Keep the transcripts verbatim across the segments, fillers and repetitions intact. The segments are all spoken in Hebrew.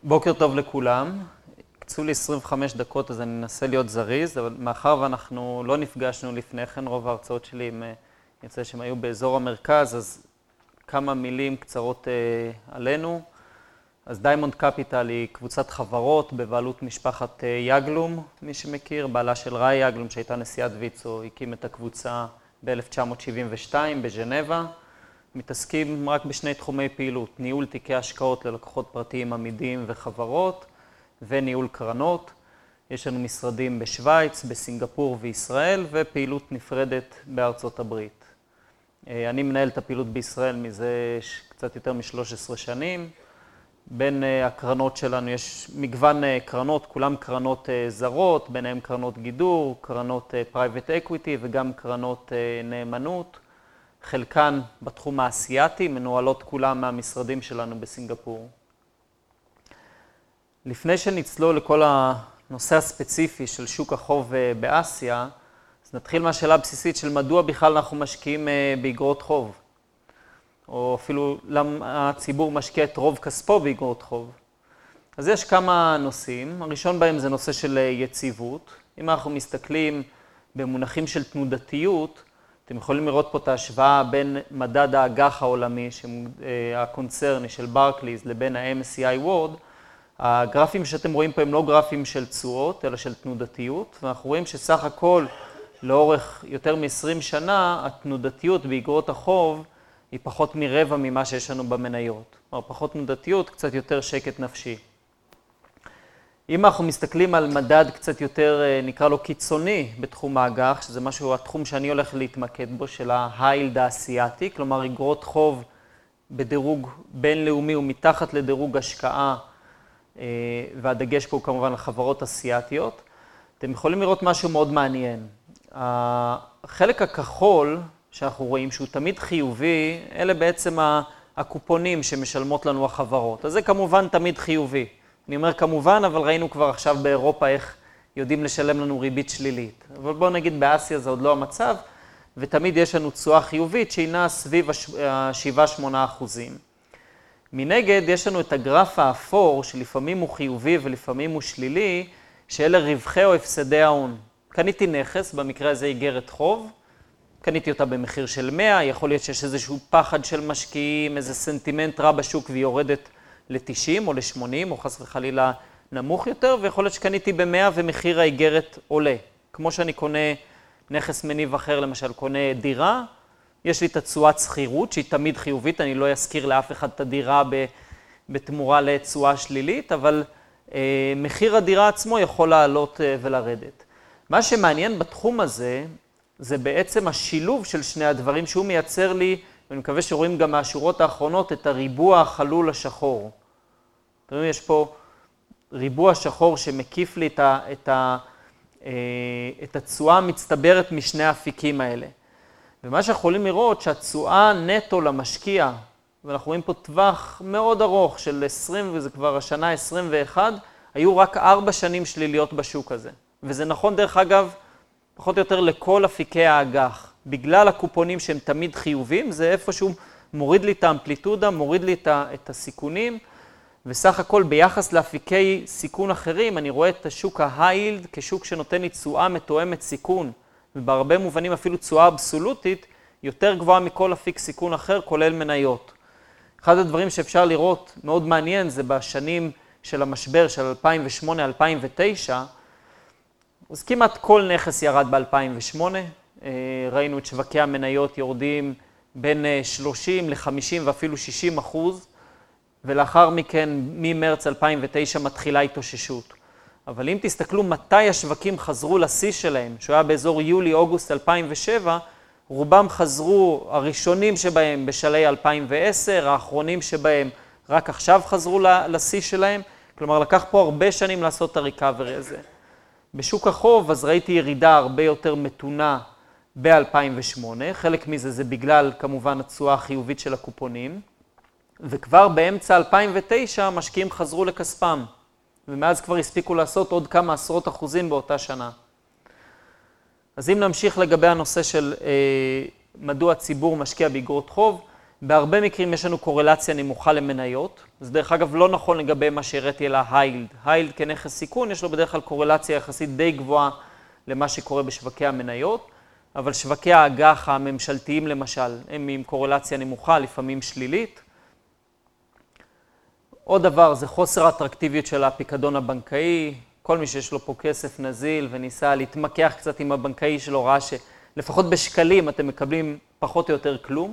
בוקר טוב לכולם. קצו לי עשרים וחמש דקות, אז אני אנסה להיות זריז, אבל מאחר ואנחנו לא נפגשנו לפני כן, רוב ההרצאות שלי הם יצא שהם היו באזור המרכז, אז כמה מילים קצרות אה, עלינו. אז דיימונד קפיטל היא קבוצת חברות בבעלות משפחת אה, יגלום, מי שמכיר, בעלה של ראי יגלום שהייתה נשיאת ויצו, הקים את הקבוצה ב-אלף תשע מאות שבעים ושתיים בז'נבה. מתעסקים רק בשני תחומי פעילות, ניהול תיקי השקעות ללקוחות פרטיים עמידים וחברות, וניהול קרנות. יש לנו משרדים בשוויץ, בסינגפור וישראל, ופעילות נפרדת בארצות הברית. אני מנהל את הפעילות בישראל מזה קצת יותר מ-שלוש עשרה שנים. בין הקרנות שלנו יש מגוון קרנות, כולם קרנות זרות, ביניהם קרנות גידור, קרנות private equity וגם קרנות נאמנות. חלקן בתחום האסייתי, מנוהלות כולם מהמשרדים שלנו בסינגפור. לפני שנצלול לכל הנושא הספציפי של שוק החוב באסיה, אז נתחיל מהשאלה הבסיסית של מדוע בכלל אנחנו משקיעים באגרות חוב, או אפילו למה הציבור משקיע את רוב כספו באגרות חוב. אז יש כמה נושאים. הראשון בהם זה נושא של יציבות. אם אנחנו מסתכלים במונחים של תנודתיות, אתם יכולים לראות פה את ההשוואה בין מדד האג"ח העולמי, הקונצרני של ברקליז, לבין ה-אם אס סי איי World. הגרפים שאתם רואים פה הם לא גרפים של תשואות, אלא של תנודתיות, ואנחנו רואים שסך הכל לאורך יותר מ-עשרים שנה, התנודתיות באגרות החוב היא פחות מרבע ממה שיש לנו במניות. כלומר, פחות תנודתיות, קצת יותר שקט נפשי. אם אנחנו מסתכלים על מדד קצת יותר, נקרא לו קיצוני בתחום האג"ח, שזה משהו, התחום שאני הולך להתמקד בו, של ה-High-Yield האסייתי, כלומר אגרות חוב בדירוג בינלאומי ומתחת לדירוג השקעה, והדגש פה הוא כמובן לחברות אסייתיות. אתם יכולים לראות משהו מאוד מעניין. החלק הכחול שאנחנו רואים שהוא תמיד חיובי, אלה בעצם הקופונים שמשלמות לנו החברות. אז זה כמובן תמיד חיובי. אני אומר כמובן, אבל ראינו כבר עכשיו באירופה איך יודעים לשלם לנו ריבית שלילית. אבל בואו נגיד באסיה זה עוד לא המצב, ותמיד יש לנו תשואה חיובית שהינה סביב ה-שבע שמונה אחוזים. מנגד יש לנו את הגרף האפור, שלפעמים הוא חיובי ולפעמים הוא שלילי, שאלה רווחי או הפסדי ההון. קניתי נכס, במקרה הזה איגרת חוב, קניתי אותה במחיר של מאה, יכול להיות שיש איזשהו פחד של משקיעים, איזה סנטימנט רע בשוק והיא יורדת ל-תשעים או ל-שמונים, או חס וחלילה נמוך יותר, ויכול להיות שקניתי ב-מאה ומחיר האיגרת עולה. כמו שאני קונה נכס מניב אחר, למשל קונה דירה, יש לי את התשואת שכירות, שהיא תמיד חיובית, אני לא אזכיר לאף אחד את הדירה בתמורה לתשואה שלילית, אבל אה, מחיר הדירה עצמו יכול לעלות אה, ולרדת. מה שמעניין בתחום הזה, זה בעצם השילוב של שני הדברים שהוא מייצר לי, ואני מקווה שרואים גם מהשורות האחרונות את הריבוע החלול השחור. אתם רואים, יש פה ריבוע שחור שמקיף לי את, ה, את, ה, את התשואה המצטברת משני האפיקים האלה. ומה שאנחנו יכולים לראות שהתשואה נטו למשקיע, ואנחנו רואים פה טווח מאוד ארוך של עשרים, וזה כבר השנה עשרים ואחת, היו רק ארבע שנים שליליות בשוק הזה. וזה נכון דרך אגב, פחות או יותר לכל אפיקי האג"ח. בגלל הקופונים שהם תמיד חיובים, זה איפשהו מוריד לי את האמפליטודה, מוריד לי את הסיכונים, וסך הכל ביחס לאפיקי סיכון אחרים, אני רואה את השוק ה-High-Yield כשוק שנותן לי תשואה מתואמת סיכון, ובהרבה מובנים אפילו תשואה אבסולוטית, יותר גבוהה מכל אפיק סיכון אחר, כולל מניות. אחד הדברים שאפשר לראות מאוד מעניין, זה בשנים של המשבר של אלפיים ושמונה אלפיים ותשע, אז כמעט כל נכס ירד ב-אלפיים ושמונה, ראינו את שווקי המניות יורדים בין שלושים ל-חמישים ואפילו שישים אחוז, ולאחר מכן ממרץ אלפיים ותשע מתחילה התאוששות. אבל אם תסתכלו מתי השווקים חזרו לשיא שלהם, שהוא היה באזור יולי-אוגוסט אלפיים ושבע, רובם חזרו, הראשונים שבהם בשלהי אלפיים ועשר, האחרונים שבהם רק עכשיו חזרו לשיא שלהם, כלומר לקח פה הרבה שנים לעשות את הריקאברי הזה. בשוק החוב אז ראיתי ירידה הרבה יותר מתונה ב-אלפיים ושמונה, חלק מזה זה בגלל כמובן התשואה החיובית של הקופונים, וכבר באמצע אלפיים ותשע משקיעים חזרו לכספם, ומאז כבר הספיקו לעשות עוד כמה עשרות אחוזים באותה שנה. אז אם נמשיך לגבי הנושא של אה, מדוע הציבור משקיע באגרות חוב, בהרבה מקרים יש לנו קורלציה נמוכה למניות. זה דרך אגב לא נכון לגבי מה שהראיתי אלא היילד. היילד כנכס סיכון, יש לו בדרך כלל קורלציה יחסית די גבוהה למה שקורה בשווקי המניות, אבל שווקי האג"ח הממשלתיים למשל, הם עם קורלציה נמוכה, לפעמים שלילית. עוד דבר זה חוסר אטרקטיביות של הפיקדון הבנקאי. כל מי שיש לו פה כסף נזיל וניסה להתמקח קצת עם הבנקאי שלו, ראה שלפחות בשקלים אתם מקבלים פחות או יותר כלום.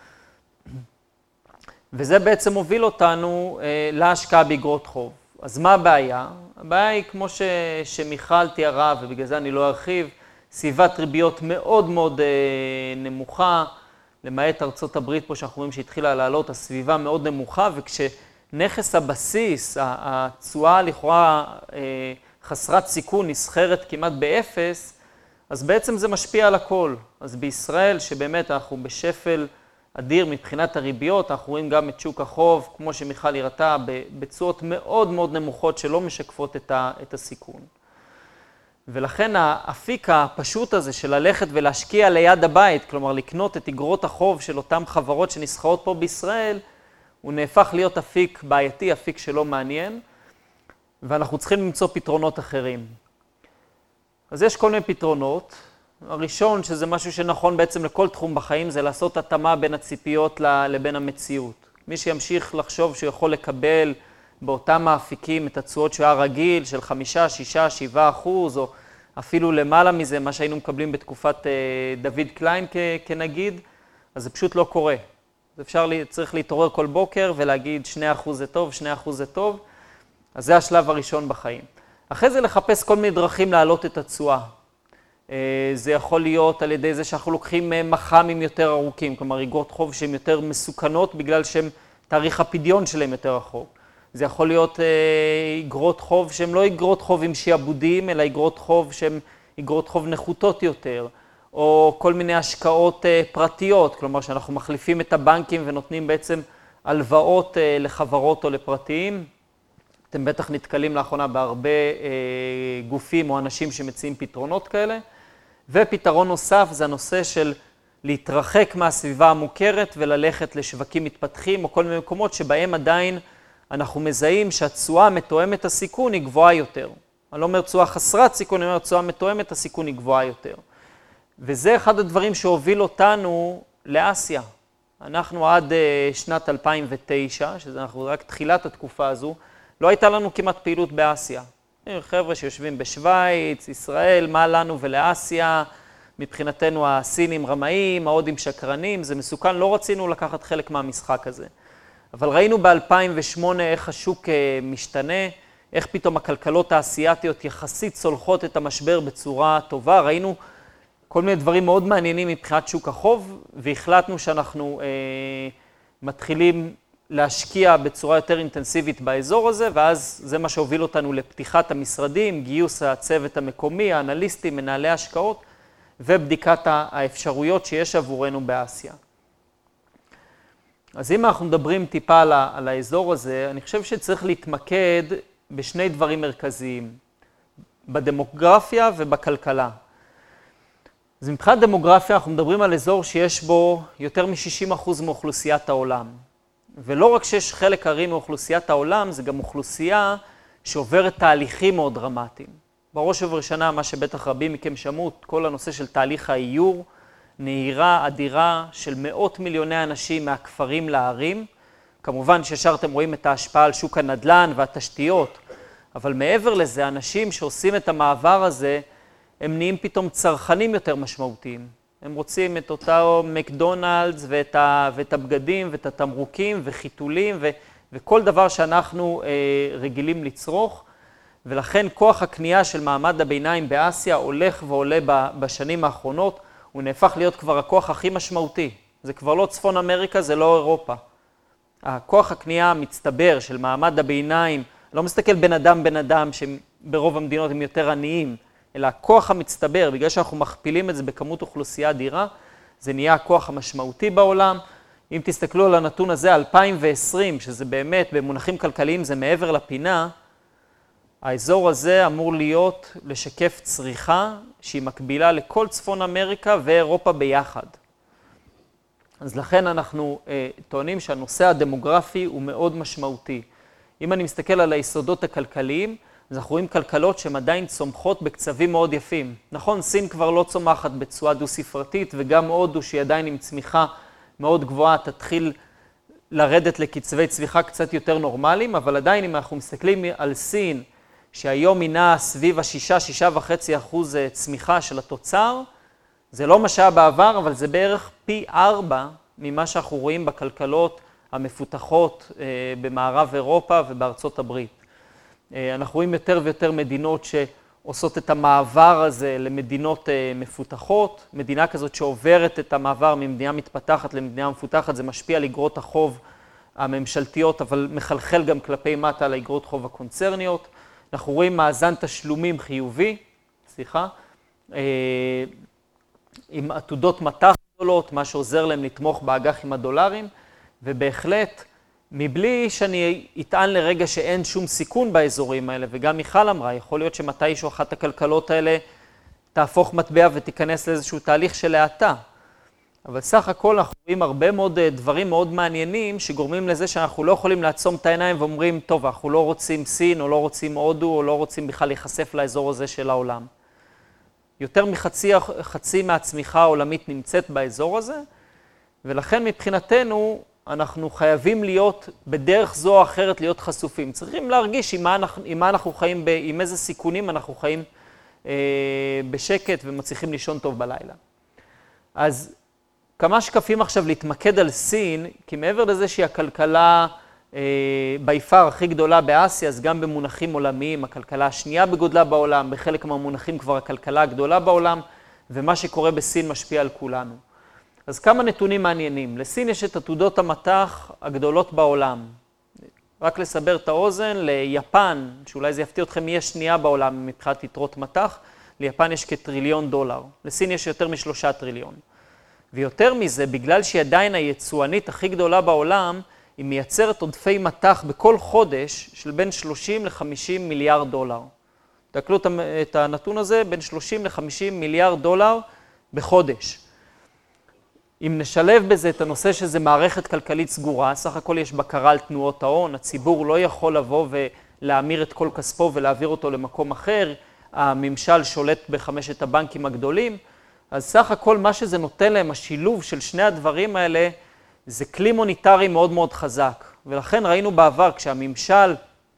וזה בעצם מוביל אותנו אה, להשקעה באגרות חוב. אז מה הבעיה? הבעיה היא כמו ש, שמיכל תיארה, ובגלל זה אני לא ארחיב, סביבת ריביות מאוד מאוד אה, נמוכה, למעט ארצות הברית פה שאנחנו רואים שהתחילה לעלות, הסביבה מאוד נמוכה, וכשנכס הבסיס, התשואה לכאורה אה, חסרת סיכון, נסחרת כמעט באפס, אז בעצם זה משפיע על הכל. אז בישראל, שבאמת אנחנו בשפל אדיר מבחינת הריביות, אנחנו רואים גם את שוק החוב, כמו שמיכל הראתה, בצורות מאוד מאוד נמוכות שלא משקפות את הסיכון. ולכן האפיק הפשוט הזה של ללכת ולהשקיע ליד הבית, כלומר לקנות את אגרות החוב של אותן חברות שנסחרות פה בישראל, הוא נהפך להיות אפיק בעייתי, אפיק שלא מעניין, ואנחנו צריכים למצוא פתרונות אחרים. אז יש כל מיני פתרונות. הראשון, שזה משהו שנכון בעצם לכל תחום בחיים, זה לעשות התאמה בין הציפיות לבין המציאות. מי שימשיך לחשוב שהוא יכול לקבל באותם האפיקים את התשואות שהוא היה רגיל של חמישה, שישה, שבעה אחוז, או אפילו למעלה מזה, מה שהיינו מקבלים בתקופת דוד קליין כנגיד, אז זה פשוט לא קורה. אז אפשר, צריך להתעורר כל בוקר ולהגיד שני אחוז זה טוב, שני אחוז זה טוב. אז זה השלב הראשון בחיים. אחרי זה לחפש כל מיני דרכים להעלות את התשואה. זה יכול להיות על ידי זה שאנחנו לוקחים מח"מים יותר ארוכים, כלומר אגרות חוב שהן יותר מסוכנות בגלל שהן תאריך הפדיון שלהם יותר רחוק. זה יכול להיות אגרות חוב שהן לא אגרות חוב עם שיעבודים, אלא אגרות חוב שהן אגרות חוב נחותות יותר, או כל מיני השקעות פרטיות, כלומר שאנחנו מחליפים את הבנקים ונותנים בעצם הלוואות לחברות או לפרטיים. אתם בטח נתקלים לאחרונה בהרבה גופים או אנשים שמציעים פתרונות כאלה. ופתרון נוסף זה הנושא של להתרחק מהסביבה המוכרת וללכת לשווקים מתפתחים או כל מיני מקומות שבהם עדיין אנחנו מזהים שהתשואה מתואמת הסיכון היא גבוהה יותר. אני לא אומר תשואה חסרת סיכון, אני אומר תשואה מתואמת הסיכון היא גבוהה יותר. וזה אחד הדברים שהוביל אותנו לאסיה. אנחנו עד שנת אלפיים ותשע, שזה אנחנו רק תחילת התקופה הזו, לא הייתה לנו כמעט פעילות באסיה. חבר'ה שיושבים בשוויץ, ישראל, מה לנו ולאסיה, מבחינתנו הסינים רמאים, ההודים שקרנים, זה מסוכן, לא רצינו לקחת חלק מהמשחק הזה. אבל ראינו ב-אלפיים ושמונה איך השוק משתנה, איך פתאום הכלכלות האסייתיות יחסית צולחות את המשבר בצורה טובה, ראינו כל מיני דברים מאוד מעניינים מבחינת שוק החוב, והחלטנו שאנחנו אה, מתחילים להשקיע בצורה יותר אינטנסיבית באזור הזה, ואז זה מה שהוביל אותנו לפתיחת המשרדים, גיוס הצוות המקומי, האנליסטים, מנהלי השקעות, ובדיקת האפשרויות שיש עבורנו באסיה. אז אם אנחנו מדברים טיפה על, על האזור הזה, אני חושב שצריך להתמקד בשני דברים מרכזיים, בדמוגרפיה ובכלכלה. אז מבחינת דמוגרפיה אנחנו מדברים על אזור שיש בו יותר מ-שישים אחוז מאוכלוסיית העולם. ולא רק שיש חלק ערים מאוכלוסיית העולם, זה גם אוכלוסייה שעוברת תהליכים מאוד דרמטיים. בראש ובראשונה, מה שבטח רבים מכם שמעו, כל הנושא של תהליך האיור, נהירה אדירה של מאות מיליוני אנשים מהכפרים לערים. כמובן שישר אתם רואים את ההשפעה על שוק הנדל"ן והתשתיות, אבל מעבר לזה, אנשים שעושים את המעבר הזה, הם נהיים פתאום צרכנים יותר משמעותיים. הם רוצים את אותו מקדונלדס ואת, ה, ואת הבגדים ואת התמרוקים וחיתולים ו, וכל דבר שאנחנו אה, רגילים לצרוך. ולכן כוח הקנייה של מעמד הביניים באסיה הולך ועולה ב, בשנים האחרונות. הוא נהפך להיות כבר הכוח הכי משמעותי. זה כבר לא צפון אמריקה, זה לא אירופה. הכוח הקנייה המצטבר של מעמד הביניים, לא מסתכל בן אדם בן אדם שברוב המדינות הם יותר עניים, אלא הכוח המצטבר, בגלל שאנחנו מכפילים את זה בכמות אוכלוסייה אדירה, זה נהיה הכוח המשמעותי בעולם. אם תסתכלו על הנתון הזה, אלפיים ועשרים, שזה באמת במונחים כלכליים זה מעבר לפינה, האזור הזה אמור להיות לשקף צריכה שהיא מקבילה לכל צפון אמריקה ואירופה ביחד. אז לכן אנחנו אה, טוענים שהנושא הדמוגרפי הוא מאוד משמעותי. אם אני מסתכל על היסודות הכלכליים, אז אנחנו רואים כלכלות שהן עדיין צומחות בקצבים מאוד יפים. נכון, סין כבר לא צומחת בצורה דו-ספרתית, וגם הודו שהיא עדיין עם צמיחה מאוד גבוהה, תתחיל לרדת לקצבי צמיחה קצת יותר נורמליים, אבל עדיין אם אנחנו מסתכלים על סין, שהיום הינה סביב השישה, שישה וחצי אחוז צמיחה של התוצר, זה לא מה שהיה בעבר, אבל זה בערך פי ארבע ממה שאנחנו רואים בכלכלות המפותחות במערב אירופה ובארצות הברית. אנחנו רואים יותר ויותר מדינות שעושות את המעבר הזה למדינות מפותחות. מדינה כזאת שעוברת את המעבר ממדינה מתפתחת למדינה מפותחת, זה משפיע על אגרות החוב הממשלתיות, אבל מחלחל גם כלפי מטה על אגרות חוב הקונצרניות. אנחנו רואים מאזן תשלומים חיובי, סליחה, עם עתודות מטח גדולות, מה שעוזר להם לתמוך באג"חים הדולרים, ובהחלט, מבלי שאני אטען לרגע שאין שום סיכון באזורים האלה, וגם מיכל אמרה, יכול להיות שמתישהו אחת הכלכלות האלה תהפוך מטבע ותיכנס לאיזשהו תהליך של האטה. אבל סך הכל אנחנו רואים הרבה מאוד דברים מאוד מעניינים שגורמים לזה שאנחנו לא יכולים לעצום את העיניים ואומרים, טוב, אנחנו לא רוצים סין או לא רוצים הודו או לא רוצים בכלל להיחשף לאזור הזה של העולם. יותר מחצי חצי מהצמיחה העולמית נמצאת באזור הזה, ולכן מבחינתנו אנחנו חייבים להיות בדרך זו או אחרת להיות חשופים. צריכים להרגיש עם מה אנחנו, עם מה אנחנו חיים, ב, עם איזה סיכונים אנחנו חיים אה, בשקט ומצליחים לישון טוב בלילה. אז כמה שקפים עכשיו להתמקד על סין, כי מעבר לזה שהיא הכלכלה ביפר הכי גדולה באסיה, אז גם במונחים עולמיים, הכלכלה השנייה בגודלה בעולם, בחלק מהמונחים כבר הכלכלה הגדולה בעולם, ומה שקורה בסין משפיע על כולנו. אז כמה נתונים מעניינים. לסין יש את עתודות המטח הגדולות בעולם. רק לסבר את האוזן, ליפן, שאולי זה יפתיע אתכם, היא השנייה בעולם מבחינת יתרות מטח, ליפן יש כטריליון דולר. לסין יש יותר משלושה טריליון. ויותר מזה, בגלל שהיא עדיין היצואנית הכי גדולה בעולם, היא מייצרת עודפי מטח בכל חודש של בין שלושים לחמישים מיליארד דולר. תקלו את הנתון הזה, בין שלושים לחמישים מיליארד דולר בחודש. אם נשלב בזה את הנושא שזה מערכת כלכלית סגורה, סך הכל יש בקרה על תנועות ההון, הציבור לא יכול לבוא ולהמיר את כל כספו ולהעביר אותו למקום אחר, הממשל שולט בחמשת הבנקים הגדולים, אז סך הכל מה שזה נותן להם, השילוב של שני הדברים האלה, זה כלי מוניטרי מאוד מאוד חזק. ולכן ראינו בעבר כשהממשל,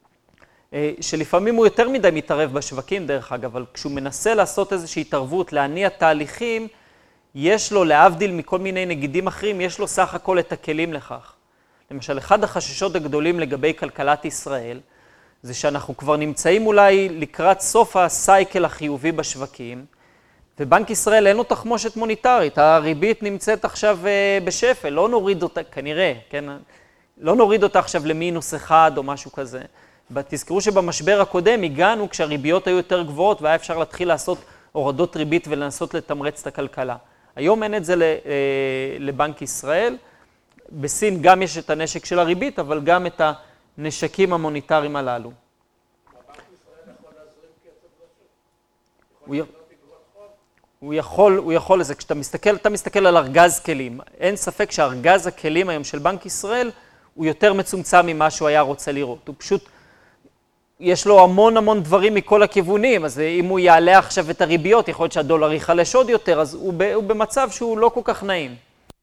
שלפעמים הוא יותר מדי מתערב בשווקים דרך אגב, אבל כשהוא מנסה לעשות איזושהי התערבות, להניע תהליכים, יש לו, להבדיל מכל מיני נגידים אחרים, יש לו סך הכל את הכלים לכך. למשל, אחד החששות הגדולים לגבי כלכלת ישראל, זה שאנחנו כבר נמצאים אולי לקראת סוף הסייקל החיובי בשווקים, ובנק ישראל אין לו תחמושת מוניטרית, הריבית נמצאת עכשיו בשפל, לא נוריד אותה, כנראה, כן? לא נוריד אותה עכשיו למינוס אחד או משהו כזה. תזכרו שבמשבר הקודם הגענו כשהריביות היו יותר גבוהות והיה אפשר להתחיל לעשות הורדות ריבית ולנסות לתמרץ את הכלכלה. היום אין את זה לבנק ישראל. בסין גם יש את הנשק של הריבית, אבל גם את הנשקים המוניטריים הללו. בנק ישראל יכול להזרים כסף לשוק. הוא הוא יכול, הוא יכול לזה, כשאתה מסתכל, אתה מסתכל על ארגז כלים. אין ספק שארגז הכלים היום של בנק ישראל הוא יותר מצומצם ממה שהוא היה רוצה לראות. הוא פשוט, יש לו המון המון דברים מכל הכיוונים, אז אם הוא יעלה עכשיו את הריביות, יכול להיות שהדולר יחלש עוד יותר, אז הוא, הוא במצב שהוא לא כל כך נעים.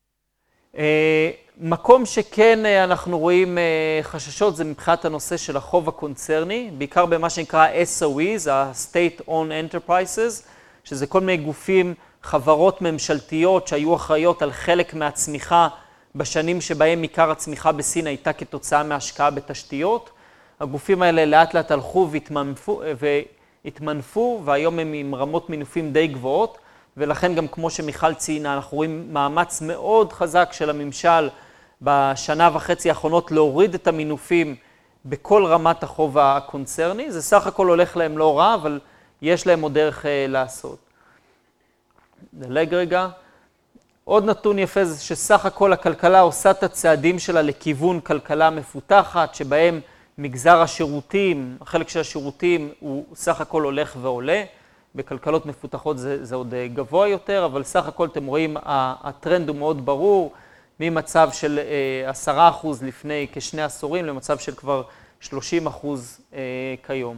מקום שכן אנחנו רואים חששות זה מבחינת הנושא של החוב הקונצרני, בעיקר במה שנקרא אס או איז, ה-State Owned Enterprises, שזה כל מיני גופים, חברות ממשלתיות שהיו אחראיות על חלק מהצמיחה בשנים שבהם עיקר הצמיחה בסין הייתה כתוצאה מהשקעה בתשתיות. הגופים האלה לאט לאט הלכו והתמנפו, והתמנפו והיום הם עם רמות מינופים די גבוהות, ולכן גם כמו שמיכל ציינה, אנחנו רואים מאמץ מאוד חזק של הממשל בשנה וחצי האחרונות להוריד את המינופים בכל רמת החוב הקונצרני. זה סך הכל הולך להם לא רע, אבל יש להם עוד דרך לעשות. דלג רגע. עוד נתון יפה זה שסך הכל הכלכלה עושה את הצעדים שלה לכיוון כלכלה מפותחת, שבהם מגזר השירותים, החלק של השירותים הוא סך הכל הולך ועולה. בכלכלות מפותחות זה, זה עוד גבוה יותר, אבל סך הכל אתם רואים, הטרנד הוא מאוד ברור. ממצב של עשרה אחוז לפני כשני עשורים למצב של כבר שלושים אחוז כיום.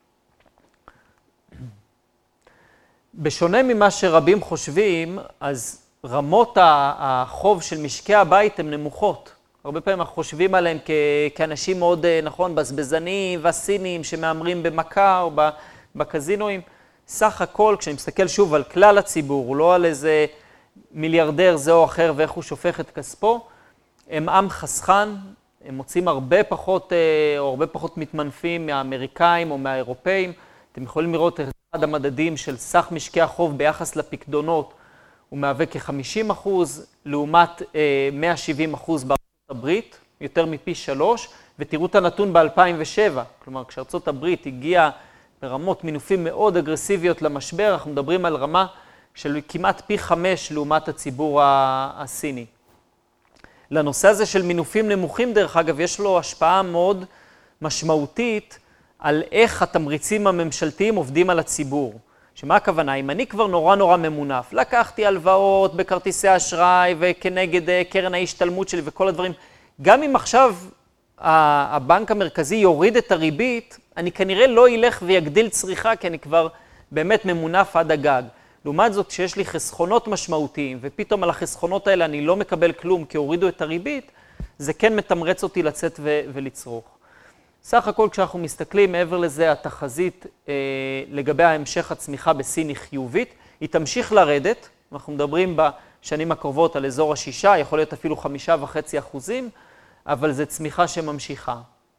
בשונה ממה שרבים חושבים, אז רמות החוב של משקי הבית הן נמוכות. הרבה פעמים אנחנו חושבים עליהם כ- כאנשים מאוד, נכון, בזבזנים והסינים שמאמרים במכה או בקזינואים. סך הכל, כשאני מסתכל שוב על כלל הציבור, לא על איזה מיליארדר זה או אחר ואיך הוא שופך את כספו, הם עם חסכן, הם מוצאים הרבה פחות, או הרבה פחות מתמנפים מהאמריקאים או מהאירופאים. אתם יכולים לראות את אחד המדדים של סך משקי החוב ביחס לפקדונות, הוא מהווה כ-חמישים אחוז, לעומת מאה ושבעים אחוז בארצות הברית, יותר מפי שלוש, ותראו את הנתון ב-אלפיים ושבע. כלומר, כשארצות הברית הגיעה ברמות מינופים מאוד אגרסיביות למשבר, אנחנו מדברים על רמה של כמעט פי חמש לעומת הציבור הסיני. לנושא הזה של מינופים נמוכים, דרך אגב, יש לו השפעה מאוד משמעותית על איך התמריצים הממשלתיים עובדים על הציבור. שמה הכוונה? אם אני כבר נורא נורא ממונף, לקחתי הלוואות בכרטיסי אשראי וכנגד קרן ההשתלמות שלי וכל הדברים, גם אם עכשיו הבנק המרכזי יוריד את הריבית, אני כנראה לא ילך ויגדיל צריכה, כי אני כבר באמת ממונף עד הגג. לעומת זאת, כשיש לי חסכונות משמעותיים, ופתאום על החסכונות האלה אני לא מקבל כלום כי הורידו את הריבית, זה כן מתמרץ אותי לצאת ו- ולצרוך. סך הכל, כשאנחנו מסתכלים מעבר לזה, התחזית אה, לגבי ההמשך הצמיחה בסין היא חיובית, היא תמשיך לרדת, אנחנו מדברים בשנים הקרובות על אזור השישה, יכול להיות אפילו חמישה וחצי אחוזים, אבל זה צמיחה שממשיכה.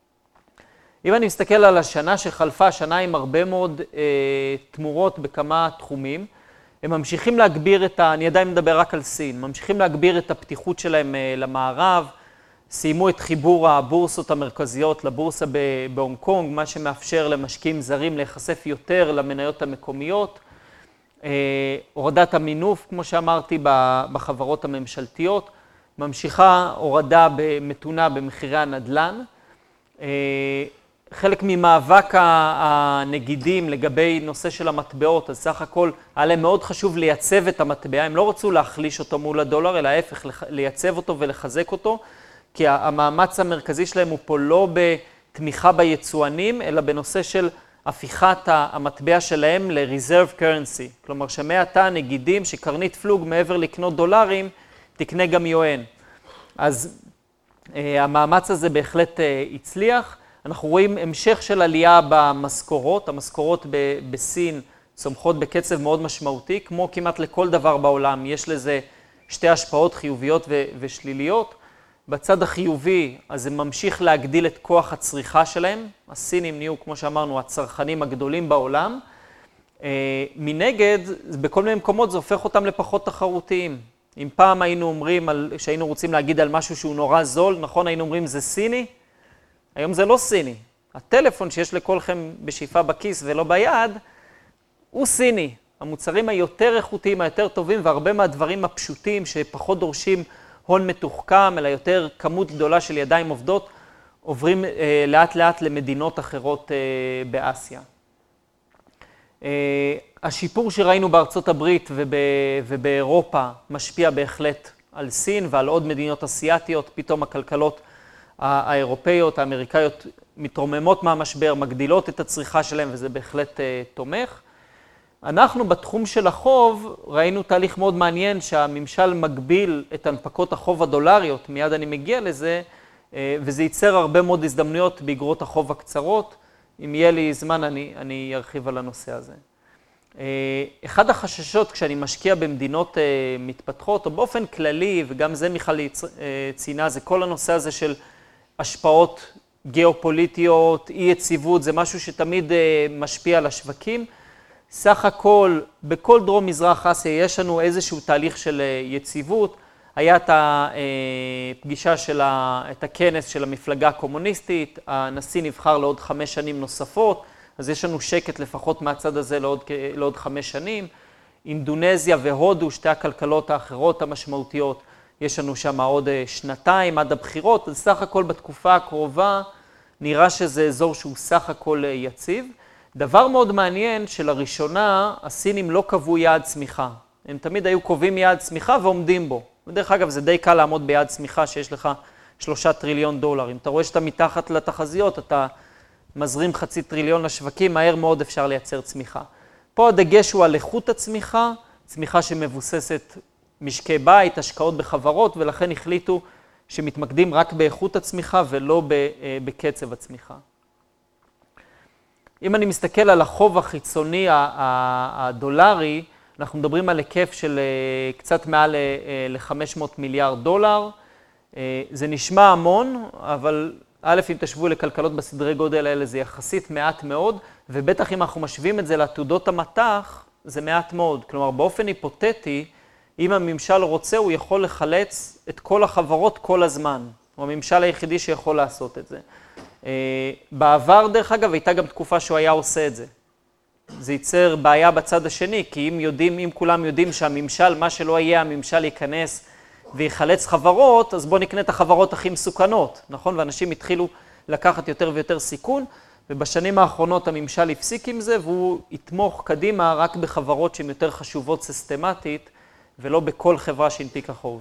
אם אני מסתכל על השנה שחלפה, שנה עם הרבה מאוד אה, תמורות בכמה תחומים, הם ממשיכים להגביר את ה... אני עדיין מדבר רק על סין, ממשיכים להגביר את הפתיחות שלהם אה, למערב, סיימו את חיבור הבורסות המרכזיות לבורסה בהונג קונג, מה שמאפשר למשקיעים זרים להיחשף יותר למניות המקומיות, אה, הורדת המינוף, כמו שאמרתי, בחברות הממשלתיות, ממשיכה הורדה מתונה במחירי הנדל"ן, אה, חלק ממאבק הנגידים לגבי נושא של המטבעות, אז סך הכל היה להם מאוד חשוב לייצב את המטבע, הם לא רצו להחליש אותו מול הדולר, אלא ההפך, לייצב אותו ולחזק אותו, כי המאמץ המרכזי שלהם הוא פה לא בתמיכה ביצואנים, אלא בנושא של הפיכת המטבע שלהם ל-reserve currency. כלומר, שמעתה הנגידים שקרנית פלוג מעבר לקנות דולרים, תקנה גם יואן. אז המאמץ הזה בהחלט הצליח. אנחנו רואים המשך של עלייה במשכורות, המשכורות ב- בסין צומחות בקצב מאוד משמעותי, כמו כמעט לכל דבר בעולם, יש לזה שתי השפעות חיוביות ו- ושליליות. בצד החיובי, אז זה ממשיך להגדיל את כוח הצריכה שלהם, הסינים נהיו, כמו שאמרנו, הצרכנים הגדולים בעולם. מנגד, בכל מיני מקומות זה הופך אותם לפחות תחרותיים. אם פעם היינו אומרים, על, שהיינו רוצים להגיד על משהו שהוא נורא זול, נכון, היינו אומרים זה סיני, היום זה לא סיני. הטלפון שיש לכולכם בשאיפה בכיס ולא ביד, הוא סיני. המוצרים היותר איכותיים, היותר טובים, והרבה מהדברים הפשוטים שפחות דורשים הון מתוחכם, אלא יותר כמות גדולה של ידיים עובדות, עוברים אה, לאט לאט למדינות אחרות אה, באסיה. אה, השיפור שראינו בארצות הברית וב, ובאירופה משפיע בהחלט על סין ועל עוד מדינות אסיאתיות, פתאום הכלכלות האירופאיות, האמריקאיות מתרוממות מהמשבר, מגדילות את הצריכה שלהם, וזה בהחלט אה, תומך. אנחנו בתחום של החוב ראינו תהליך מאוד מעניין שהממשל מגביל את הנפקות החוב הדולריות, מיד אני מגיע לזה, אה, וזה ייצר הרבה מאוד הזדמנויות באגרות החוב הקצרות. אם יהיה לי זמן אני, אני ארחיב על הנושא הזה. אה, אחד החששות כשאני משקיע במדינות אה, מתפתחות, או באופן כללי, וגם זה מיכל אה, ציינה, זה כל הנושא הזה של השפעות גיאופוליטיות, אי יציבות, זה משהו שתמיד משפיע על השווקים. סך הכל, בכל דרום מזרח אסיה יש לנו איזשהו תהליך של יציבות. היה את הפגישה של, את הכנס של המפלגה הקומוניסטית, הנשיא נבחר לעוד חמש שנים נוספות, אז יש לנו שקט לפחות מהצד הזה לעוד, לעוד חמש שנים. אינדונזיה והודו, שתי הכלכלות האחרות המשמעותיות, יש לנו שם עוד שנתיים עד הבחירות, אז סך הכל בתקופה הקרובה נראה שזה אזור שהוא סך הכל יציב. דבר מאוד מעניין שלראשונה הסינים לא קבעו יעד צמיחה. הם תמיד היו קובעים יעד צמיחה ועומדים בו. ודרך אגב, זה די קל לעמוד ביעד צמיחה שיש לך שלושה טריליון דולר. אם אתה רואה שאתה מתחת לתחזיות, אתה מזרים חצי טריליון לשווקים, מהר מאוד אפשר לייצר צמיחה. פה הדגש הוא על איכות הצמיחה, צמיחה שמבוססת משקי בית, השקעות בחברות, ולכן החליטו שמתמקדים רק באיכות הצמיחה ולא בקצב הצמיחה. אם אני מסתכל על החוב החיצוני הדולרי, אנחנו מדברים על היקף של קצת מעל ל-חמש מאות מיליארד דולר. זה נשמע המון, אבל א', אם תשבו לכלכלות בסדרי גודל האלה, זה יחסית מעט מאוד, ובטח אם אנחנו משווים את זה לעתודות המטח, זה מעט מאוד. כלומר, באופן היפותטי, אם הממשל רוצה, הוא יכול לחלץ את כל החברות כל הזמן. הוא הממשל היחידי שיכול לעשות את זה. בעבר, דרך אגב, הייתה גם תקופה שהוא היה עושה את זה. זה ייצר בעיה בצד השני, כי אם יודעים, אם כולם יודעים שהממשל, מה שלא יהיה, הממשל ייכנס ויחלץ חברות, אז בוא נקנה את החברות הכי מסוכנות, נכון? ואנשים התחילו לקחת יותר ויותר סיכון, ובשנים האחרונות הממשל הפסיק עם זה, והוא יתמוך קדימה רק בחברות שהן יותר חשובות סיסטמטית, ולא בכל חברה שהנפיקה חוב.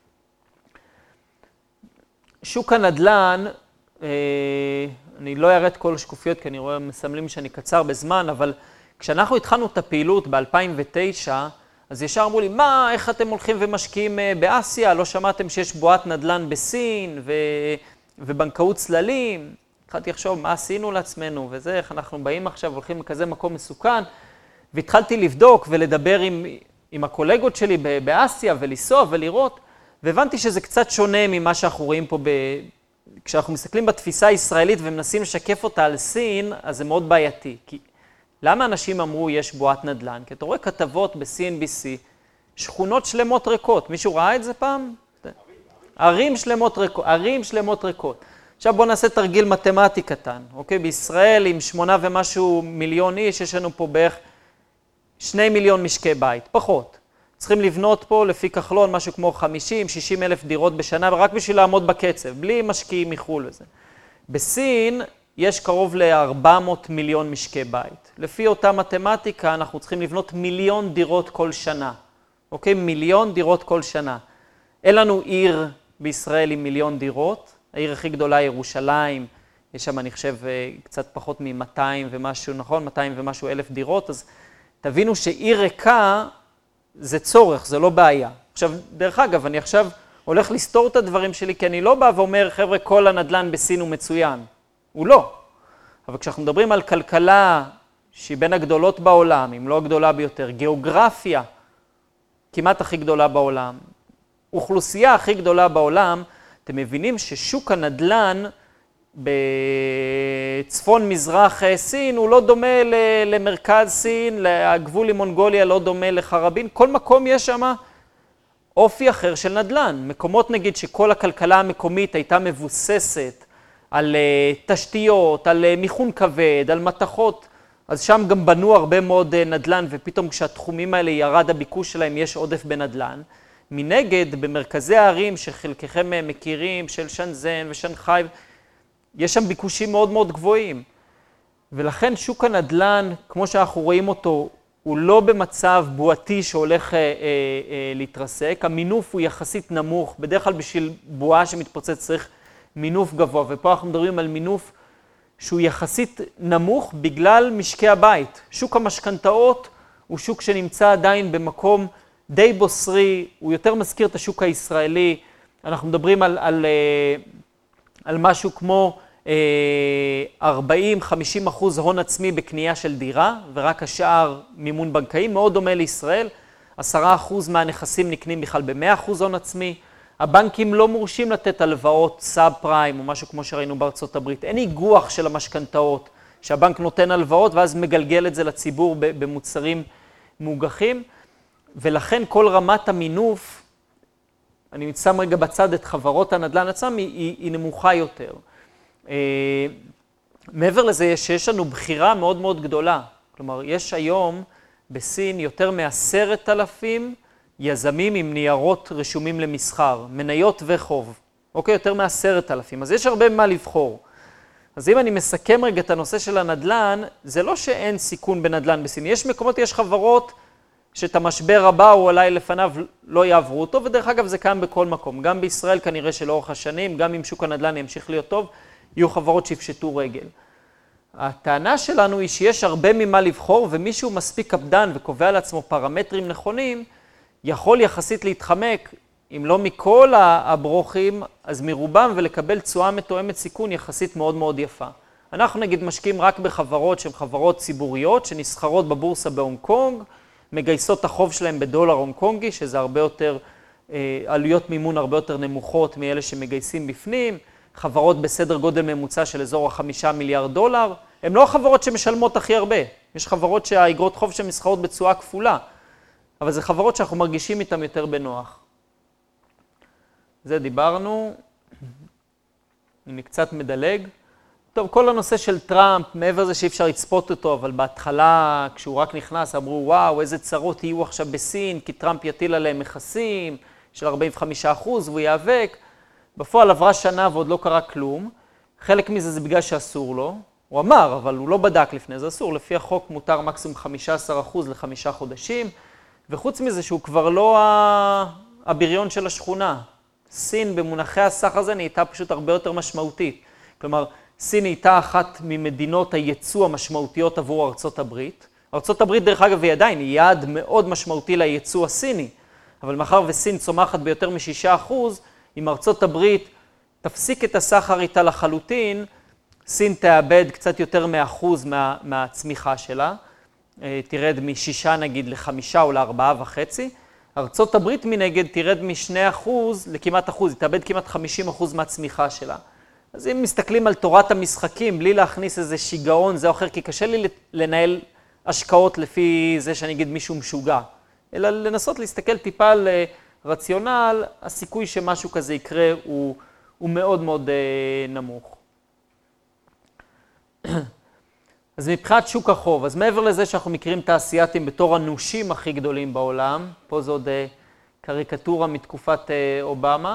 שוק הנדל"ן, אני לא אראה את כל השקופיות, כי אני רואה מסמלים שאני קצר בזמן, אבל כשאנחנו התחלנו את הפעילות ב-אלפיים ותשע, אז ישר אמרו לי, מה, איך אתם הולכים ומשקיעים באסיה? לא שמעתם שיש בועת נדל"ן בסין ו... ובנקאות צללים? התחלתי לחשוב, מה עשינו לעצמנו וזה, איך אנחנו באים עכשיו, הולכים לכזה מקום מסוכן. והתחלתי לבדוק ולדבר עם, עם הקולגות שלי באסיה ולנסוע ולראות, והבנתי שזה קצת שונה ממה שאנחנו רואים פה ב... כשאנחנו מסתכלים בתפיסה הישראלית ומנסים לשקף אותה על סין, אז זה מאוד בעייתי. כי למה אנשים אמרו יש בועת נדל"ן? כי אתה רואה כתבות ב-סי אן בי סי, שכונות שלמות ריקות. מישהו ראה את זה פעם? ערים שלמות ריקות, ערים שלמות ריקות. עכשיו בואו נעשה תרגיל מתמטי קטן. אוקיי? בישראל עם שמונה ומשהו מיליון איש, יש לנו פה בערך שני מיליון משקי בית, פחות. צריכים לבנות פה לפי כחלון משהו כמו חמישים שישים אלף דירות בשנה, רק בשביל לעמוד בקצב, בלי משקיעים מחול וזה. בסין יש קרוב ל-ארבע מאות מיליון משקי בית. לפי אותה מתמטיקה אנחנו צריכים לבנות מיליון דירות כל שנה. אוקיי? מיליון דירות כל שנה. אין לנו עיר בישראל עם מיליון דירות. העיר הכי גדולה היא ירושלים. יש שם, אני חושב, קצת פחות מ-מאתיים ומשהו, נכון? מאתיים ומשהו אלף דירות. אז תבינו שעיר ריקה זה צורך, זה לא בעיה. עכשיו, דרך אגב, אני עכשיו הולך לסתור את הדברים שלי, כי אני לא בא ואומר, חבר'ה, כל הנדל"ן בסין הוא מצוין. הוא לא. אבל כשאנחנו מדברים על כלכלה שהיא בין הגדולות בעולם, אם לא הגדולה ביותר, גיאוגרפיה כמעט הכי גדולה בעולם, אוכלוסייה הכי גדולה בעולם, אתם מבינים ששוק הנדל"ן בצפון מזרח סין הוא לא דומה למרכז סין, הגבול עם מונגוליה לא דומה לחרבין, כל מקום יש שם אופי אחר של נדל"ן. מקומות נגיד שכל הכלכלה המקומית הייתה מבוססת על תשתיות, על מיכון כבד, על מתכות, אז שם גם בנו הרבה מאוד נדל"ן, ופתאום כשהתחומים האלה ירד הביקוש שלהם יש עודף בנדל"ן. מנגד, במרכזי הערים שחלקכם מכירים, של שנזן ושנגחאי, יש שם ביקושים מאוד מאוד גבוהים. ולכן שוק הנדל"ן, כמו שאנחנו רואים אותו, הוא לא במצב בועתי שהולך אה, אה, אה, להתרסק. המינוף הוא יחסית נמוך. בדרך כלל בשביל בועה שמתפוצץ צריך מינוף גבוה. ופה אנחנו מדברים על מינוף שהוא יחסית נמוך בגלל משקי הבית. שוק המשכנתאות הוא שוק שנמצא עדיין במקום די בוסרי. הוא יותר מזכיר את השוק הישראלי. אנחנו מדברים על, על, על משהו כמו ארבעים חמישים אחוז הון עצמי בקנייה של דירה, ורק השאר מימון בנקאי, מאוד דומה לישראל. עשרה אחוז מהנכסים נקנים בכלל ב-מאה אחוז הון עצמי. הבנקים לא מורשים לתת הלוואות סאב פריים או משהו כמו שראינו בארצות הברית. אין איגוח של המשכנתאות, שהבנק נותן הלוואות ואז מגלגל את זה לציבור במוצרים מוגחים. ולכן כל רמת המינוף, אני שם רגע בצד את חברות הנדל"ן עצמם, היא, היא נמוכה יותר. Uh, מעבר לזה שיש לנו בחירה מאוד מאוד גדולה. כלומר, יש היום בסין יותר מעשרת אלפים יזמים עם ניירות רשומים למסחר, מניות וחוב. אוקיי, יותר מעשרת אלפים. אז יש הרבה מה לבחור. אז אם אני מסכם רגע את הנושא של הנדל"ן, זה לא שאין סיכון בנדל"ן בסין. יש מקומות, יש חברות שאת המשבר הבא או אולי לפניו לא יעברו אותו, ודרך אגב זה קיים בכל מקום. גם בישראל כנראה שלאורך השנים, גם אם שוק הנדל"ן ימשיך להיות טוב, יהיו חברות שיפשטו רגל. הטענה שלנו היא שיש הרבה ממה לבחור, ומישהו מספיק קפדן וקובע לעצמו פרמטרים נכונים, יכול יחסית להתחמק, אם לא מכל הברוכים, אז מרובם, ולקבל תשואה מתואמת סיכון יחסית מאוד מאוד יפה. אנחנו נגיד משקיעים רק בחברות שהן חברות ציבוריות, שנסחרות בבורסה בהונג קונג, מגייסות את החוב שלהם בדולר הונג קונגי, שזה הרבה יותר, עלויות מימון הרבה יותר נמוכות מאלה שמגייסים בפנים, חברות בסדר גודל ממוצע של אזור החמישה מיליארד דולר, הן לא חברות שמשלמות הכי הרבה. יש חברות שהאגרות חוב שהן מסחרות בתשואה כפולה, אבל זה חברות שאנחנו מרגישים איתן יותר בנוח. זה דיברנו, אני קצת מדלג. טוב, כל הנושא של טראמפ, מעבר זה שאי אפשר לצפות אותו, אבל בהתחלה, כשהוא רק נכנס, אמרו, וואו, איזה צרות יהיו עכשיו בסין, כי טראמפ יטיל עליהם מכסים של ארבעים וחמישה אחוז והוא ייאבק. בפועל עברה שנה ועוד לא קרה כלום. חלק מזה זה בגלל שאסור לו. הוא אמר, אבל הוא לא בדק לפני זה, אסור. לפי החוק מותר מקסימום חמישה עשר אחוז לחמישה חודשים. וחוץ מזה שהוא כבר לא הבריון של השכונה. סין במונחי הסחר הזה נהייתה פשוט הרבה יותר משמעותית. כלומר, סין הייתה אחת ממדינות הייצוא המשמעותיות עבור ארצות הברית. ארצות הברית דרך אגב היא עדיין, היא יעד מאוד משמעותי לייצוא הסיני. אבל מאחר וסין צומחת ביותר מ-שישה אחוז, אם ארצות הברית תפסיק את הסחר איתה לחלוטין, סין תאבד קצת יותר מאחוז מה, מהצמיחה שלה. תרד משישה נגיד לחמישה או לארבעה וחצי. ארצות הברית מנגד תרד משני אחוז לכמעט אחוז, היא תאבד כמעט חמישים אחוז מהצמיחה שלה. אז אם מסתכלים על תורת המשחקים, בלי להכניס איזה שיגעון זה או אחר, כי קשה לי לנהל השקעות לפי זה שאני אגיד מישהו משוגע, אלא לנסות להסתכל טיפה על רציונל, הסיכוי שמשהו כזה יקרה הוא, הוא מאוד מאוד נמוך. אז מבחינת שוק החוב, אז מעבר לזה שאנחנו מכירים את האסייתים בתור הנושים הכי גדולים בעולם, פה זו עוד קריקטורה מתקופת אובמה,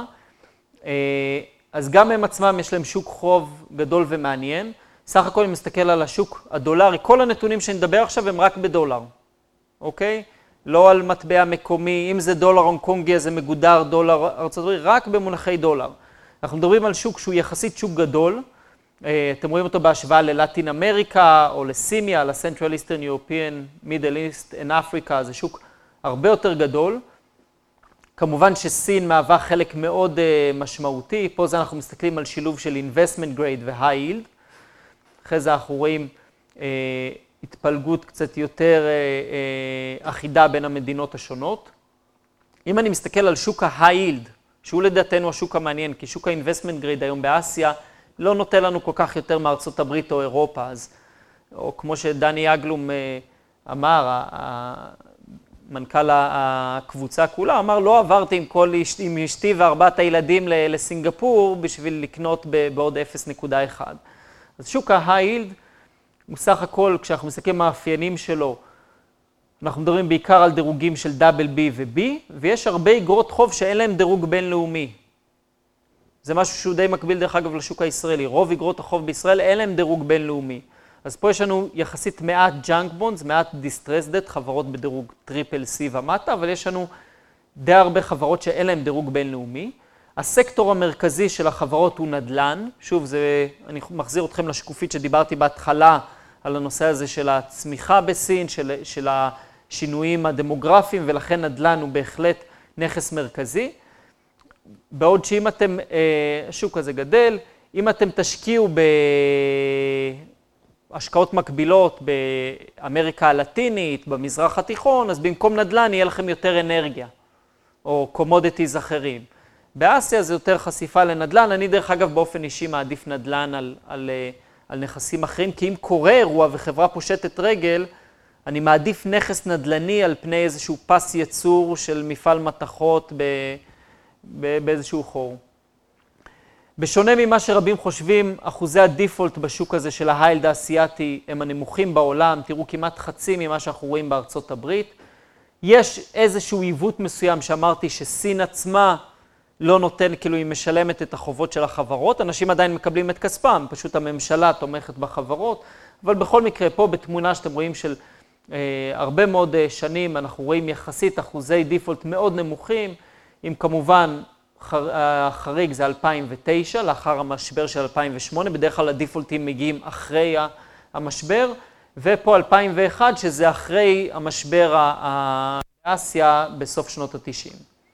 אז גם הם עצמם יש להם שוק חוב גדול ומעניין. סך הכל אם מסתכל על השוק הדולרי, כל הנתונים שנדבר עכשיו הם רק בדולר, אוקיי? לא על מטבע מקומי, אם זה דולר הונג קונגי אז זה מגודר דולר ארצות הברית, רק במונחי דולר. אנחנו מדברים על שוק שהוא יחסית שוק גדול, אתם רואים אותו בהשוואה ללטין אמריקה או לסימיה, לסנטרל איסטרן יורפיאן, מידל איסט אין אפריקה, זה שוק הרבה יותר גדול. כמובן שסין מהווה חלק מאוד uh, משמעותי, פה זה אנחנו מסתכלים על שילוב של investment grade ו-high yield. אחרי זה אנחנו רואים uh, התפלגות קצת יותר uh, uh, אחידה בין המדינות השונות. אם אני מסתכל על שוק ה-high yield, שהוא לדעתנו השוק המעניין, כי שוק ה-investment grade היום באסיה לא נותן לנו כל כך יותר מארצות הברית או אירופה, אז, או כמו שדני אגלום uh, אמר, מנכ"ל הקבוצה כולה, אמר, לא עברתי עם כל עם אשתי וארבעת הילדים לסינגפור בשביל לקנות בעוד אפס נקודה אחת. אז שוק ה-high yield הוא סך הכל, כשאנחנו מסתכלים מאפיינים שלו, אנחנו מדברים בעיקר על דירוגים של דאבל בי ו-B, ויש הרבה אגרות חוב שאין להם דירוג בינלאומי. זה משהו שהוא די מקביל דרך אגב לשוק הישראלי. רוב אגרות החוב בישראל אין להם דירוג בינלאומי. אז פה יש לנו יחסית מעט ג'אנק בונדס, מעט דיסטרס דט, חברות בדירוג טריפל סי ומטה, אבל יש לנו די הרבה חברות שאין להן דירוג בינלאומי. הסקטור המרכזי של החברות הוא נדל"ן. שוב, זה, אני מחזיר אתכם לשקופית שדיברתי בהתחלה על הנושא הזה של הצמיחה בסין, של, של השינויים הדמוגרפיים, ולכן נדל"ן הוא בהחלט נכס מרכזי. בעוד שאם אתם, השוק הזה גדל, אם אתם תשקיעו ב... השקעות מקבילות באמריקה הלטינית, במזרח התיכון, אז במקום נדל"ן יהיה לכם יותר אנרגיה, או קומודיטיז אחרים. באסיה זה יותר חשיפה לנדל"ן, אני דרך אגב באופן אישי מעדיף נדל"ן על, על, על נכסים אחרים, כי אם קורה אירוע וחברה פושטת רגל, אני מעדיף נכס נדל"ני על פני איזשהו פס יצור של מפעל מתכות ב, ב, באיזשהו חור. בשונה ממה שרבים חושבים, אחוזי הדיפולט בשוק הזה של ההיילד האסייתי הם הנמוכים בעולם, תראו כמעט חצי ממה שאנחנו רואים בארצות הברית. יש איזשהו עיוות מסוים שאמרתי שסין עצמה לא נותן, כאילו היא משלמת את החובות של החברות, אנשים עדיין מקבלים את כספם, פשוט הממשלה תומכת בחברות, אבל בכל מקרה פה בתמונה שאתם רואים של הרבה מאוד שנים אנחנו רואים יחסית אחוזי דיפולט מאוד נמוכים, אם כמובן החריג זה אלפיים ותשע, לאחר המשבר של אלפיים ושמונה, בדרך כלל הדיפולטים מגיעים אחרי המשבר, ופה אלפיים ואחת שזה אחרי המשבר באסיה בסוף שנות ה-תשעים.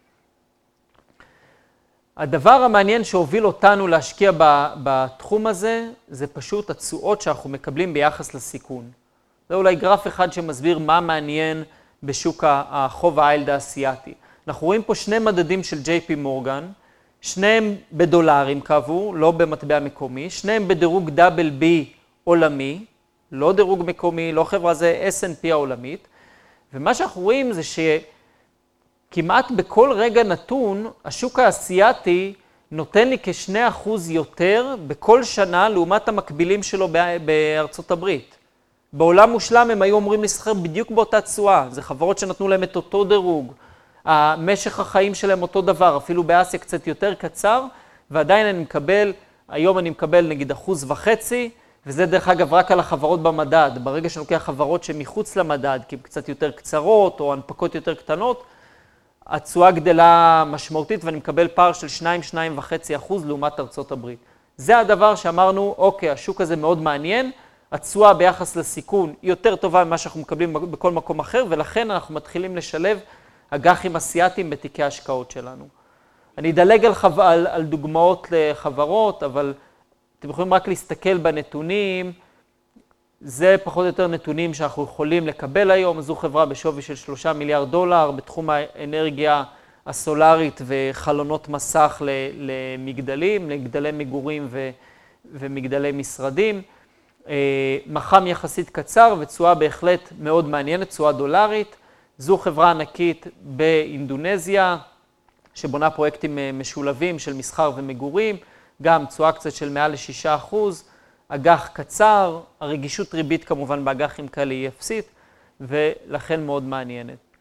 הדבר המעניין שהוביל אותנו להשקיע בתחום הזה, זה פשוט התשואות שאנחנו מקבלים ביחס לסיכון. זה אולי גרף אחד שמסביר מה מעניין בשוק החוב העיל האסייתי. אנחנו רואים פה שני מדדים של ג'יי פי מורגן, שניהם בדולרים כאמור, לא במטבע מקומי, שניהם בדירוג דאבל בי עולמי, לא דירוג מקומי, לא חברה, זה אס אנד פי העולמית, ומה שאנחנו רואים זה שכמעט בכל רגע נתון, השוק האסייתי נותן לי כשני אחוז יותר בכל שנה לעומת המקבילים שלו בארצות הברית. בעולם מושלם הם היו אמורים לסחר בדיוק באותה תשואה, זה חברות שנתנו להם את אותו דירוג, המשך החיים שלהם אותו דבר, אפילו באסיה קצת יותר קצר, ועדיין אני מקבל, היום אני מקבל נגיד אחוז וחצי, וזה דרך אגב רק על החברות במדד. ברגע שאני לוקח חברות שמחוץ למדד, כי הן קצת יותר קצרות או הנפקות יותר קטנות, התשואה גדלה משמעותית ואני מקבל פער של שניים, שניים וחצי אחוז לעומת ארצות הברית. זה הדבר שאמרנו, אוקיי, השוק הזה מאוד מעניין, התשואה ביחס לסיכון היא יותר טובה ממה שאנחנו מקבלים בכל מקום אחר, ולכן אנחנו מתחילים לשלב אג"חים אסייתיים בתיקי ההשקעות שלנו. אני אדלג על, חו... על, על דוגמאות לחברות, אבל אתם יכולים רק להסתכל בנתונים, זה פחות או יותר נתונים שאנחנו יכולים לקבל היום. זו חברה בשווי של שלושה מיליארד דולר בתחום האנרגיה הסולרית וחלונות מסך למגדלים, למגדלי מגורים ו... ומגדלי משרדים. מחם יחסית קצר ותשואה בהחלט מאוד מעניינת, תשואה דולרית. זו חברה ענקית באינדונזיה, שבונה פרויקטים משולבים של מסחר ומגורים, גם תשואה קצת של מעל ל-שישה אחוז, אג"ח קצר, הרגישות ריבית כמובן באג"חים כאלה היא אפסית, ולכן מאוד מעניינת.